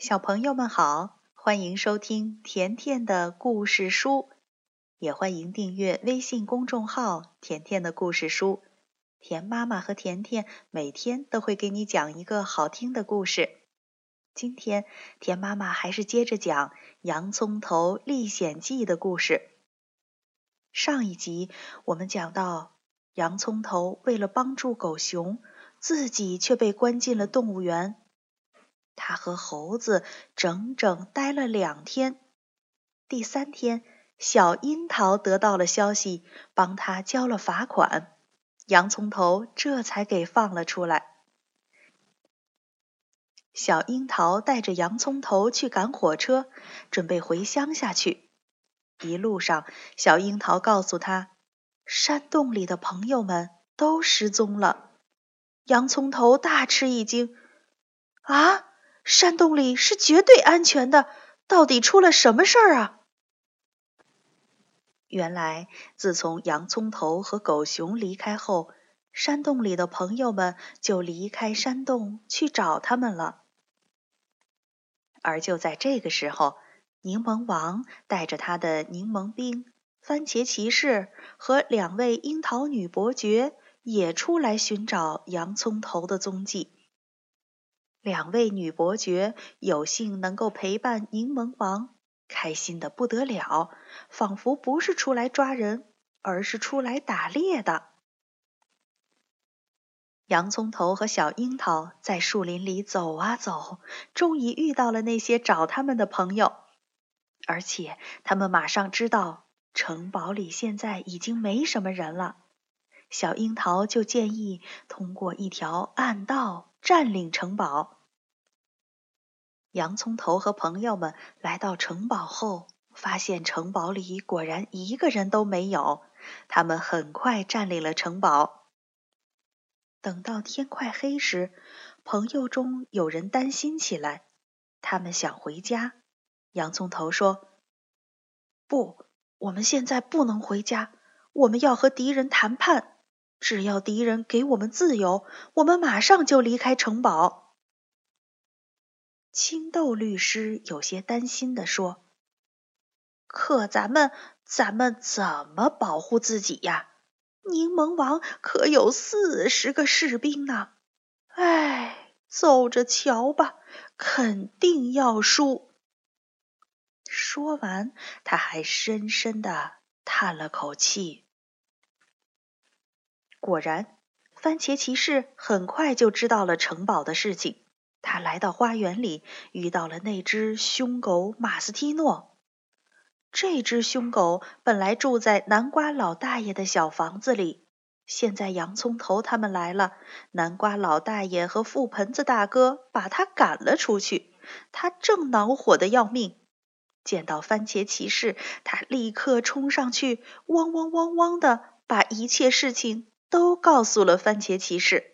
小朋友们好，欢迎收听甜甜的故事书，也欢迎订阅微信公众号甜甜的故事书。甜妈妈和甜甜每天都会给你讲一个好听的故事。今天甜妈妈还是接着讲洋葱头历险记的故事。上一集我们讲到，洋葱头为了帮助狗熊，自己却被关进了动物园。他和猴子整整待了2天。第3天，小樱桃得到了消息，帮他交了罚款，洋葱头这才给放了出来。小樱桃带着洋葱头去赶火车，准备回乡下去。一路上，小樱桃告诉他，山洞里的朋友们都失踪了。洋葱头大吃一惊，啊！山洞里是绝对安全的，到底出了什么事儿啊？原来，自从洋葱头和狗熊离开后，山洞里的朋友们就离开山洞去找他们了。而就在这个时候，柠檬王带着他的柠檬兵、番茄骑士和2位樱桃女伯爵也出来寻找洋葱头的踪迹。2位女伯爵有幸能够陪伴柠檬王，开心得不得了，仿佛不是出来抓人，而是出来打猎的。洋葱头和小樱桃在树林里走啊走，终于遇到了那些找他们的朋友，而且他们马上知道城堡里现在已经没什么人了。小樱桃就建议通过一条暗道占领城堡。洋葱头和朋友们来到城堡后，发现城堡里果然一个人都没有，他们很快占领了城堡。等到天快黑时，朋友中有人担心起来，他们想回家。洋葱头说，不，我们现在不能回家，我们要和敌人谈判，只要敌人给我们自由，我们马上就离开城堡。青豆律师有些担心地说，可咱们怎么保护自己呀？柠檬王可有40个士兵呢。走着瞧吧，肯定要输。说完，他还深深地叹了口气。果然，番茄骑士很快就知道了城堡的事情。他来到花园里，遇到了那只凶狗马斯蒂诺。这只凶狗本来住在南瓜老大爷的小房子里，现在洋葱头他们来了，南瓜老大爷和覆盆子大哥把他赶了出去，他正恼火得要命。见到番茄骑士，他立刻冲上去，汪汪汪汪地把一切事情都告诉了番茄骑士。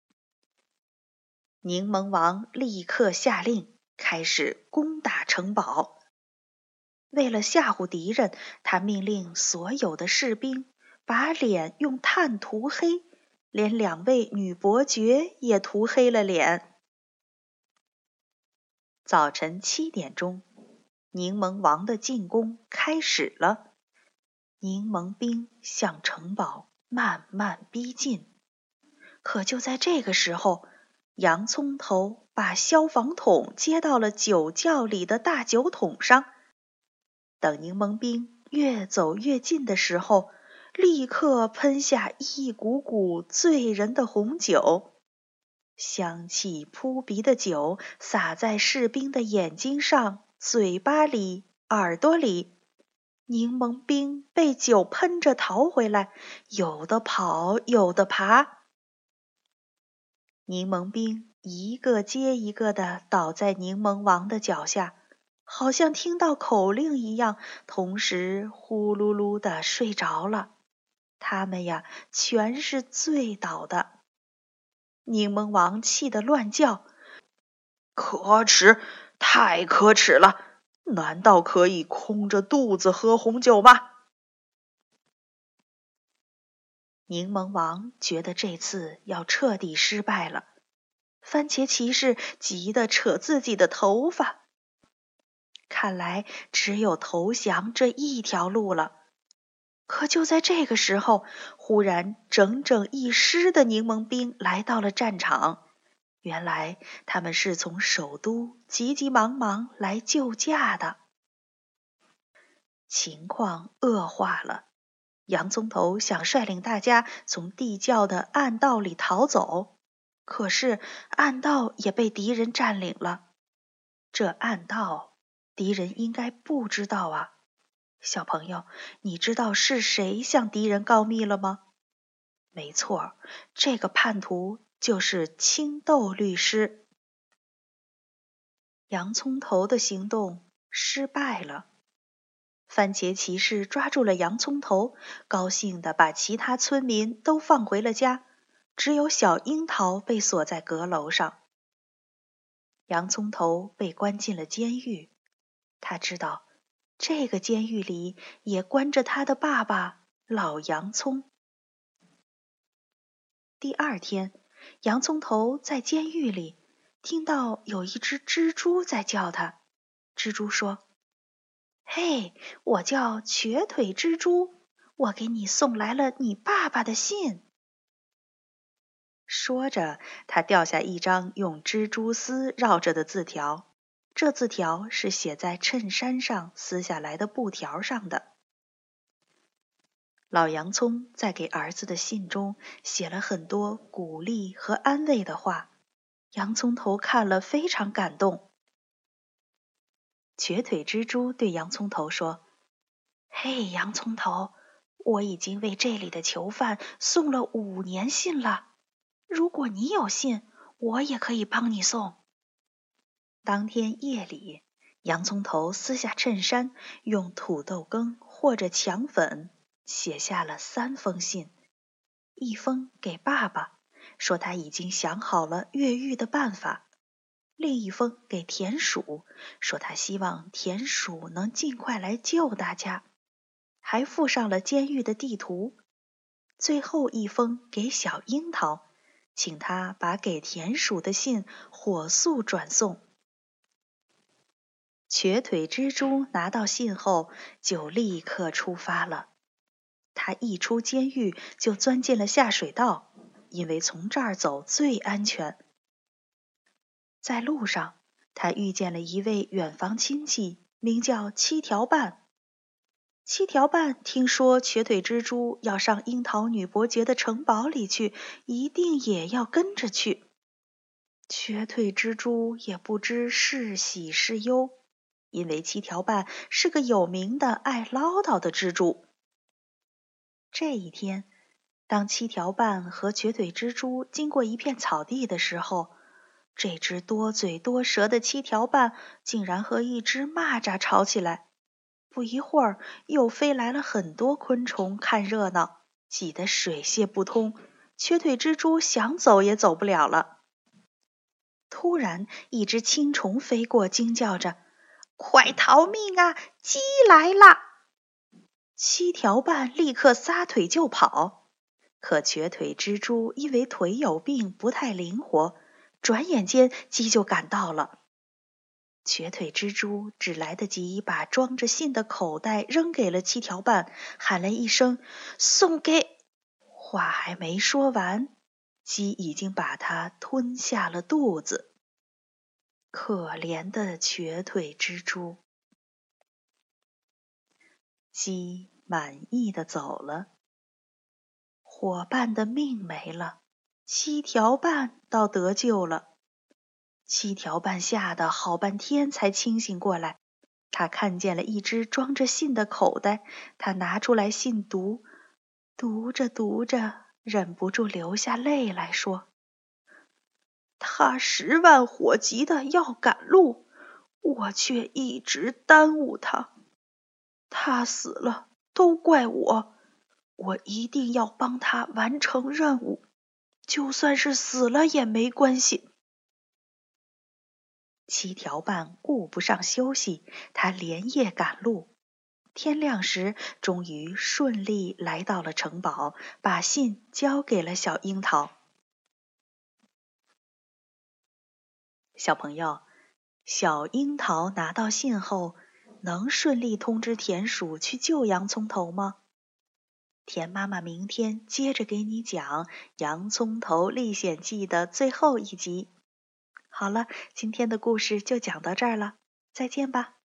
柠檬王立刻下令，开始攻打城堡。为了吓唬敌人，他命令所有的士兵把脸用炭涂黑，连2位女伯爵也涂黑了脸。早晨7点钟，柠檬王的进攻开始了。柠檬兵向城堡慢慢逼近。可就在这个时候，洋葱头把消防筒接到了酒窖里的大酒桶上。等柠檬兵越走越近的时候，立刻喷下一股股醉人的红酒。香气扑鼻的酒洒在士兵的眼睛上、嘴巴里、耳朵里。柠檬兵被酒喷着逃回来，有的跑，有的爬。柠檬兵一个接一个地倒在柠檬王的脚下，好像听到口令一样，同时呼噜噜地睡着了。他们呀，全是醉倒的。柠檬王气得乱叫，可耻，太可耻了！难道可以空着肚子喝红酒吗？柠檬王觉得这次要彻底失败了。番茄骑士急得扯自己的头发， 看来只有投降这一条路了。可就在这个时候，忽然整整一师的柠檬兵来到了战场。原来他们是从首都急急忙忙来救驾的。情况恶化了，洋葱头想率领大家从地窖的暗道里逃走，可是暗道也被敌人占领了。这暗道，敌人应该不知道啊。小朋友，你知道是谁向敌人告密了吗？没错，这个叛徒就是青豆律师。洋葱头的行动失败了。番茄骑士抓住了洋葱头，高兴地把其他村民都放回了家，只有小樱桃被锁在阁楼上。洋葱头被关进了监狱，他知道这个监狱里也关着他的爸爸老洋葱。第二天，洋葱头在监狱里听到有一只蜘蛛在叫他。蜘蛛说：嘿，我叫瘸腿蜘蛛，我给你送来了你爸爸的信。说着，他掉下一张用蜘蛛丝绕着的字条，这字条是写在衬衫上撕下来的布条上的。老洋葱在给儿子的信中写了很多鼓励和安慰的话，洋葱头看了非常感动。瘸腿蜘蛛对洋葱头说：嘿，洋葱头，我已经为这里的囚犯送了5年信了。如果你有信，我也可以帮你送。当天夜里，洋葱头撕下衬衫，用土豆羹或者强粉写下了3封信。一封给爸爸，说他已经想好了越狱的办法；另一封给田鼠，说他希望田鼠能尽快来救大家，还附上了监狱的地图。最后一封给小樱桃，请他把给田鼠的信火速转送。瘸腿蜘蛛拿到信后就立刻出发了。他一出监狱就钻进了下水道，因为从这儿走最安全。在路上，他遇见了一位远房亲戚，名叫七条半。七条半听说瘸腿蜘蛛要上樱桃女伯爵的城堡里去，一定也要跟着去。瘸腿蜘蛛也不知是喜是忧，因为七条半是个有名的爱唠叨的蜘蛛。这一天，当七条半和瘸腿蜘蛛经过一片草地的时候，这只多嘴多舌的七条半竟然和一只蚂蚱吵起来。不一会儿，又飞来了很多昆虫看热闹，挤得水泄不通，瘸腿蜘蛛想走也走不了了。突然，一只青虫飞过，惊叫着：快逃命啊！鸡来啦！七条半立刻撒腿就跑，可瘸腿蜘蛛因为腿有病，不太灵活，转眼间鸡就赶到了。瘸腿蜘蛛只来得及把装着信的口袋扔给了七条半，喊了一声送给，话还没说完，鸡已经把它吞下了肚子。可怜的瘸腿蜘蛛。鸡满意的走了，伙伴的命没了，七条半倒得救了。七条半吓得好半天才清醒过来，他看见了一只装着信的口袋，他拿出来信读，读着读着，忍不住流下泪来说：他10万火急的要赶路，我却一直耽误他。他死了，都怪我，我一定要帮他完成任务，就算是死了也没关系。七条半顾不上休息，他连夜赶路。天亮时，终于顺利来到了城堡，把信交给了小樱桃。小朋友，小樱桃拿到信后， 能顺利通知田鼠去救洋葱头吗？田妈妈明天接着给你讲《洋葱头历险记》的最后一集。好了，今天的故事就讲到这儿了，再见吧。